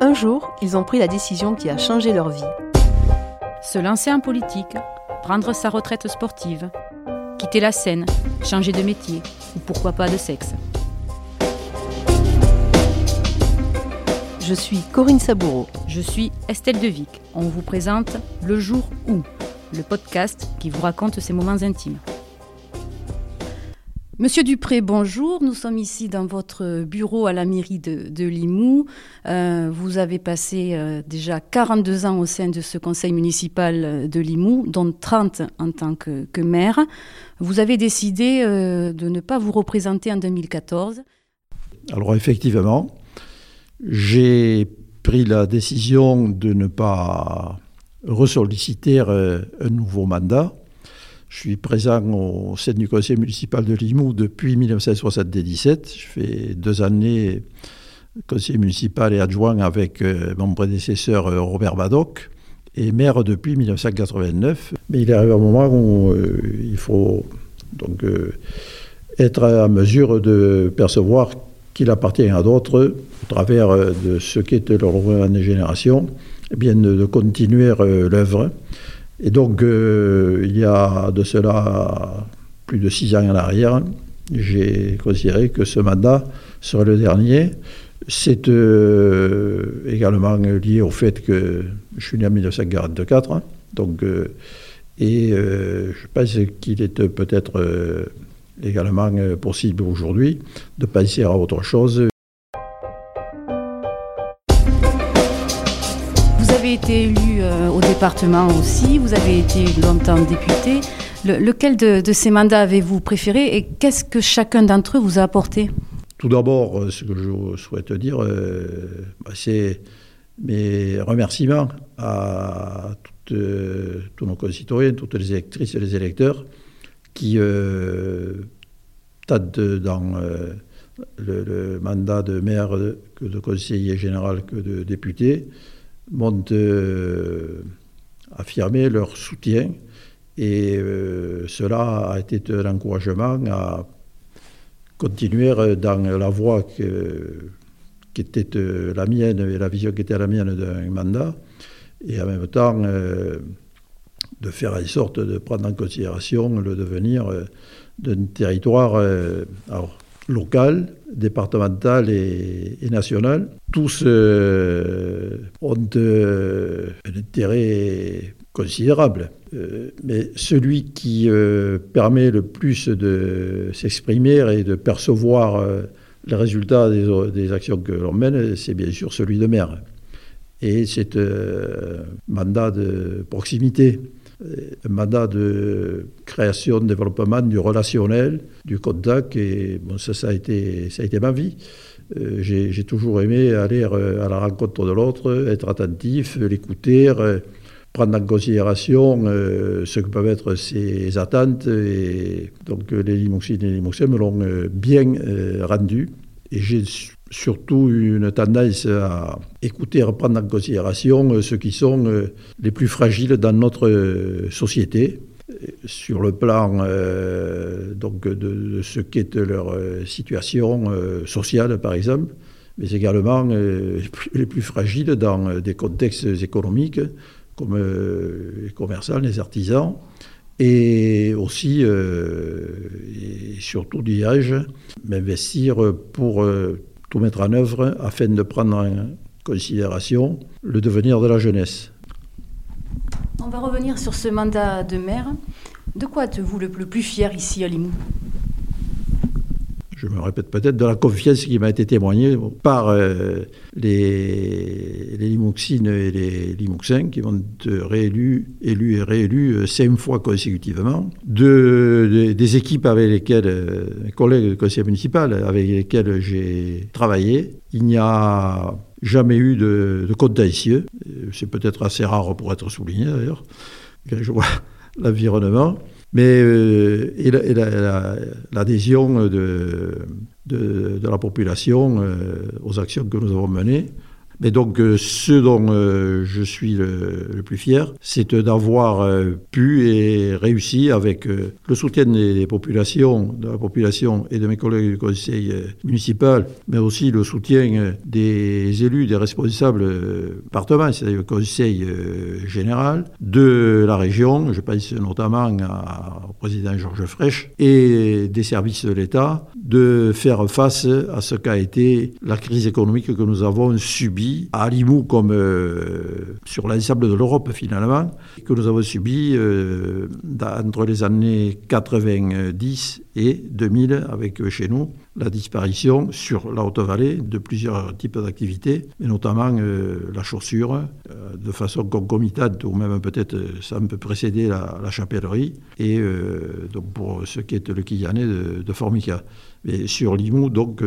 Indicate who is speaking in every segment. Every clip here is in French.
Speaker 1: Un jour, ils ont pris la décision qui a changé leur vie.
Speaker 2: Se lancer en politique, prendre sa retraite sportive, quitter la scène, changer de métier ou pourquoi pas de sexe.
Speaker 1: Je suis Corinne Saboureau.
Speaker 2: Je suis Estelle Devic. On vous présente Le Jour Où, le podcast qui vous raconte ses moments intimes. Monsieur Dupré, bonjour. Nous sommes ici dans votre bureau à la mairie de Limoux. Vous avez passé déjà 42 ans au sein de ce conseil municipal de Limoux, dont 30 en tant que maire. Vous avez décidé de ne pas vous représenter en 2014.
Speaker 3: Alors effectivement, j'ai pris la décision de ne pas ressolliciter un nouveau mandat. Je suis présent au sein du conseil municipal de Limoux depuis 1977. Je fais 2 années conseiller municipal et adjoint avec mon prédécesseur Robert Badoc et maire depuis 1989. Mais il arrive un moment où il faut donc être à mesure de percevoir qu'il appartient à d'autres, au travers de ce qu'est leur nouvelle génération, eh bien de continuer l'œuvre. Et donc, il y a de cela plus de 6 ans en arrière, j'ai considéré que ce mandat serait le dernier. C'est également lié au fait que je suis né en 1944. Donc, je pense qu'il est peut-être également possible aujourd'hui de penser à autre chose.
Speaker 2: Vous avez été élu au département aussi, vous avez été longtemps député. Lequel de ces mandats avez-vous préféré et qu'est-ce que chacun d'entre eux vous a apporté ?
Speaker 3: Tout d'abord, ce que je souhaite dire, c'est mes remerciements à tous nos concitoyens, toutes les électrices et les électeurs qui, tant dans le mandat de maire, que de conseiller général, que de député, m'ont affirmé leur soutien et cela a été un encouragement à continuer dans la voie qui était la mienne et la vision qui était la mienne d'un mandat et en même temps de faire en sorte de prendre en considération le devenir d'un territoire local, départemental et national. Tous ont un intérêt considérable. Mais celui qui permet le plus de s'exprimer et de percevoir les résultats des actions que l'on mène, c'est bien sûr celui de maire. Et c'est un mandat de proximité, un mandat de création, de développement du relationnel, du contact, et bon, ça a été ma vie. J'ai toujours aimé aller à la rencontre de l'autre, être attentif, l'écouter, prendre en considération ce que peuvent être ses attentes. Et donc les Limouxines et les Limouxins me l'ont bien rendu. Et j'ai surtout une tendance à écouter et à prendre en considération ceux qui sont les plus fragiles dans notre société, sur le plan donc de ce qu'est leur situation sociale, par exemple, mais également les plus fragiles dans des contextes économiques comme les commerçants, les artisans, et aussi, et surtout, dirais-je, m'investir pour tout mettre en œuvre afin de prendre en considération le devenir de la jeunesse.
Speaker 2: On va revenir sur ce mandat de maire. De quoi êtes-vous le plus fier ici à Limoux ?
Speaker 3: Je me répète peut-être, de la confiance qui m'a été témoignée par les Limouxines et les Limouxins qui vont être élus et réélus 5 fois consécutivement, des équipes avec lesquelles, mes collègues du conseil municipal avec lesquels j'ai travaillé. Il n'y a jamais eu de contentieux. C'est peut-être assez rare pour être souligné d'ailleurs, quand je vois l'environnement. Mais l'adhésion de la population aux actions que nous avons menées Mais donc, ce dont je suis le plus fier, c'est d'avoir pu et réussi avec le soutien de la population et de mes collègues du conseil municipal, mais aussi le soutien des élus, des responsables départements, c'est-à-dire le conseil général de la région. Je pense notamment au président Georges Frêche et des services de l'État, de faire face à ce qu'a été la crise économique que nous avons subie à Limoux comme sur l'ensemble de l'Europe finalement, que nous avons subi entre les années 90 et 2000 avec chez nous la disparition sur la Haute-Vallée de plusieurs types d'activités, mais notamment la chaussure, de façon concomitante ou même peut-être ça peut précéder la chapellerie et donc pour ce qui est le Quillanais de Formica. Mais sur Limoux, donc,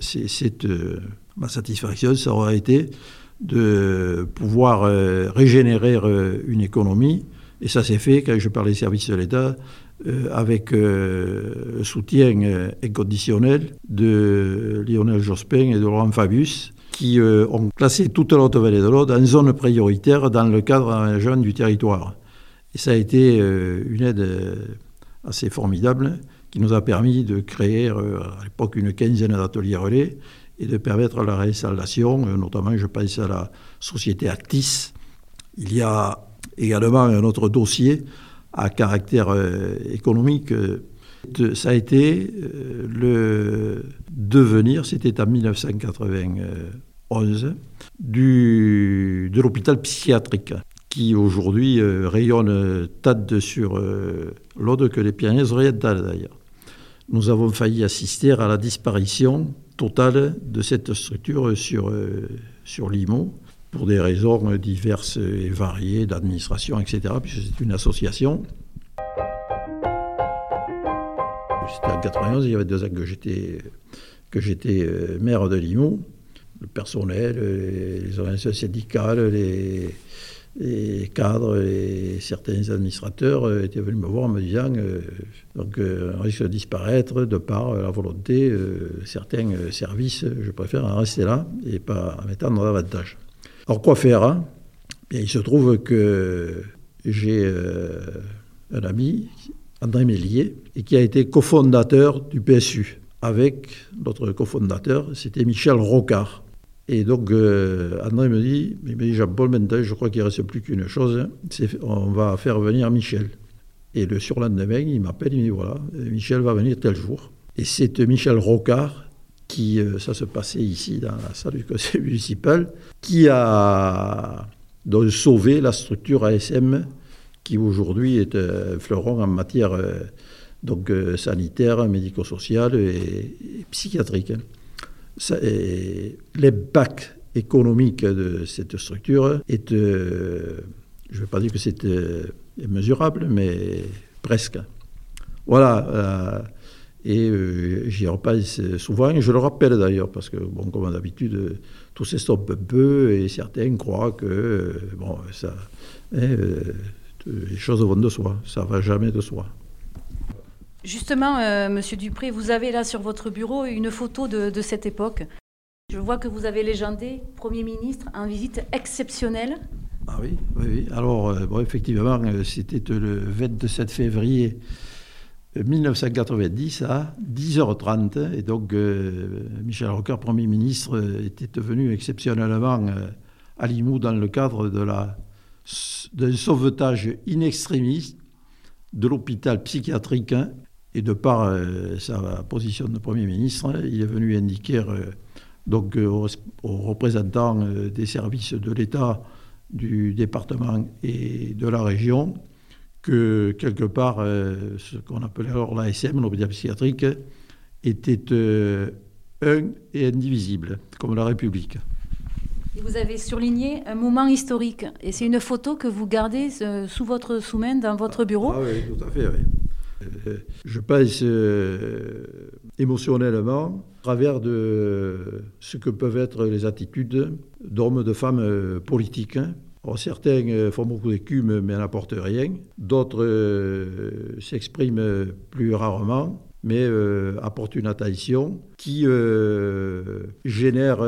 Speaker 3: ma satisfaction, ça aura été de pouvoir régénérer une économie. Et ça s'est fait, quand je parle des services de l'État, avec le soutien inconditionnel de Lionel Jospin et de Laurent Fabius, qui ont classé toute la Haute-Vallée de l'Aude en zone prioritaire dans le cadre aménagement du territoire. Et ça a été une aide assez formidable qui nous a permis de créer à l'époque une quinzaine d'ateliers relais et de permettre la réinstallation, notamment je pense à la société Actis. Il y a également un autre dossier à caractère économique. Ça a été le devenir, c'était en 1991, de l'hôpital psychiatrique, qui aujourd'hui rayonne tant sur l'Aude que les Pyrénées-Orientales d'ailleurs. Nous avons failli assister à la disparition totale de cette structure sur Limoux, pour des raisons diverses et variées d'administration, etc., puisque c'est une association. C'était en 91, il y avait 2 ans que j'étais maire de Limoux. Le personnel, les organisations syndicales, les cadres et certains administrateurs étaient venus me voir en me disant on risque de disparaître de par la volonté de certains services. Je préfère en rester là et pas en m'étendre davantage. Alors quoi faire hein? Bien, il se trouve que j'ai un ami, André Mélier, et qui a été cofondateur du PSU. Avec notre cofondateur, c'était Michel Rocard. Et donc, André me dit, Jean-Paul, maintenant, je crois qu'il ne reste plus qu'une chose, on va faire venir Michel. Et le surlendemain, il m'appelle, il me dit, voilà, Michel va venir tel jour. Et c'est Michel Rocard, qui, ça se passait ici, dans la salle du conseil municipal, qui a donc sauvé la structure ASM, qui aujourd'hui est un fleuron en matière sanitaire, médico-sociale et psychiatrique. L'impact économique de cette structure est, je ne vais pas dire que c'est immesurable, mais presque. Voilà, j'y repense souvent, et je le rappelle d'ailleurs, parce que, bon, comme d'habitude, tout s'estompe un peu, et certains croient que, les choses vont de soi, ça ne va jamais de soi.
Speaker 2: Justement, Monsieur Dupré, vous avez là sur votre bureau une photo de cette époque. Je vois que vous avez légendé Premier ministre en visite exceptionnelle.
Speaker 3: Ah oui. Alors, effectivement, c'était le 27 février 1990 à 10h30. Et donc, Michel Rocard, Premier ministre, était venu exceptionnellement à Limoux dans le cadre d'un sauvetage in extremis de l'hôpital psychiatrique. Et de par sa position de Premier ministre, il est venu indiquer aux représentants des services de l'État, du département et de la région que quelque part, ce qu'on appelait alors l'ASM, l'hôpital psychiatrique, était un et indivisible, comme la République.
Speaker 2: Et vous avez surligné un moment historique. Et c'est une photo que vous gardez sous votre sous-main dans votre bureau.
Speaker 3: Ah oui, tout à fait, oui. Je pense émotionnellement à travers de ce que peuvent être les attitudes d'hommes, de femmes politiques. Alors, certains font beaucoup d'écume mais n'apportent rien. D'autres s'expriment plus rarement. mais apporte une attention qui génère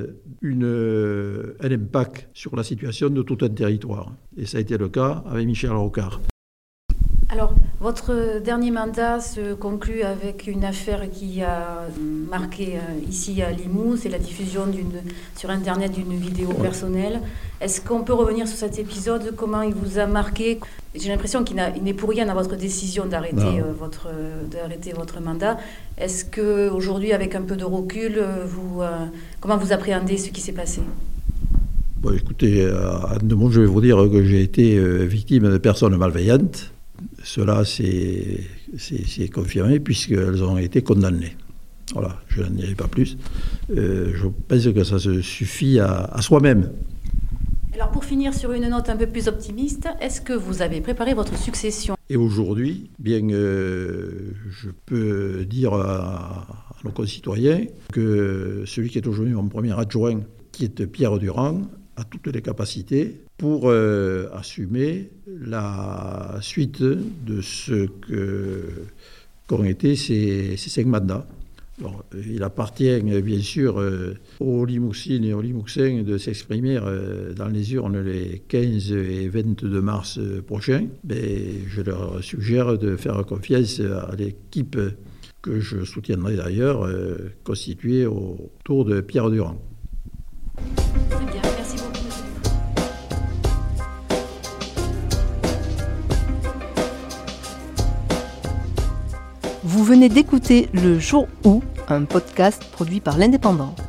Speaker 3: un impact sur la situation de tout un territoire. Et ça a été le cas avec Michel Rocard.
Speaker 2: Alors, votre dernier mandat se conclut avec une affaire qui a marqué ici à Limoux, c'est la diffusion sur Internet d'une vidéo personnelle. Est-ce qu'on peut revenir sur cet épisode? Comment il vous a marqué? J'ai l'impression qu'il n'est pour rien à votre décision d'arrêter votre mandat. Est-ce qu'aujourd'hui, avec un peu de recul, comment vous appréhendez ce qui s'est passé?
Speaker 3: Bon, écoutez, en deux mots, je vais vous dire que j'ai été victime de personnes malveillantes. Cela, c'est confirmé puisqu'elles ont été condamnées. Voilà, je n'en dirai pas plus. Je pense que ça se suffit à soi-même.
Speaker 2: Alors, pour finir sur une note un peu plus optimiste, est-ce que vous avez préparé votre succession?
Speaker 3: Et aujourd'hui, je peux dire à nos concitoyens que celui qui est aujourd'hui mon premier adjoint, qui est Pierre Durand, a toutes les capacités pour assumer la suite de ce qu'ont été ces 5 mandats. Alors, il appartient bien sûr aux Limoussines et aux Limoussins de s'exprimer dans les urnes les 15 et 22 mars prochains. Mais je leur suggère de faire confiance à l'équipe que je soutiendrai d'ailleurs, constituée autour de Pierre Durand.
Speaker 2: Très bien, merci beaucoup.
Speaker 1: Vous venez d'écouter Le Jour où, un podcast produit par l'Indépendant.